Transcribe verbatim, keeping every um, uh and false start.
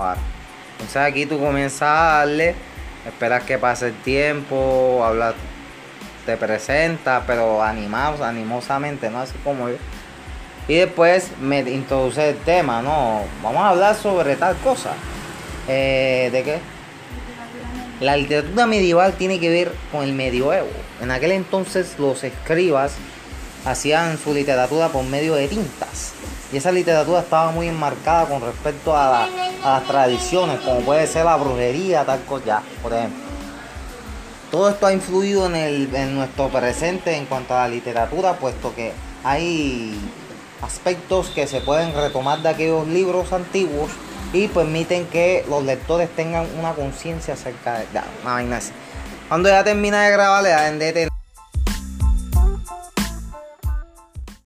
ahora. Entonces aquí tú comienzas a darle, esperas que pase el tiempo, hablas, te presentas, pero animados, animosamente, ¿no? Así como yo. Y después me introduce el tema, ¿no? Vamos a hablar sobre tal cosa. Eh, ¿De qué? La literatura medieval tiene que ver con el medioevo. En aquel entonces los escribas hacían su literatura por medio de tintas. Y esa literatura estaba muy enmarcada con respecto a, la, a las tradiciones, como puede ser la brujería, tal cosa, ya, por ejemplo. Todo esto ha influido en, el, en nuestro presente en cuanto a la literatura, puesto que hay aspectos que se pueden retomar de aquellos libros antiguos y permiten que los lectores tengan una conciencia acerca de una vaina así. Cuando ya termina de grabar, le dan de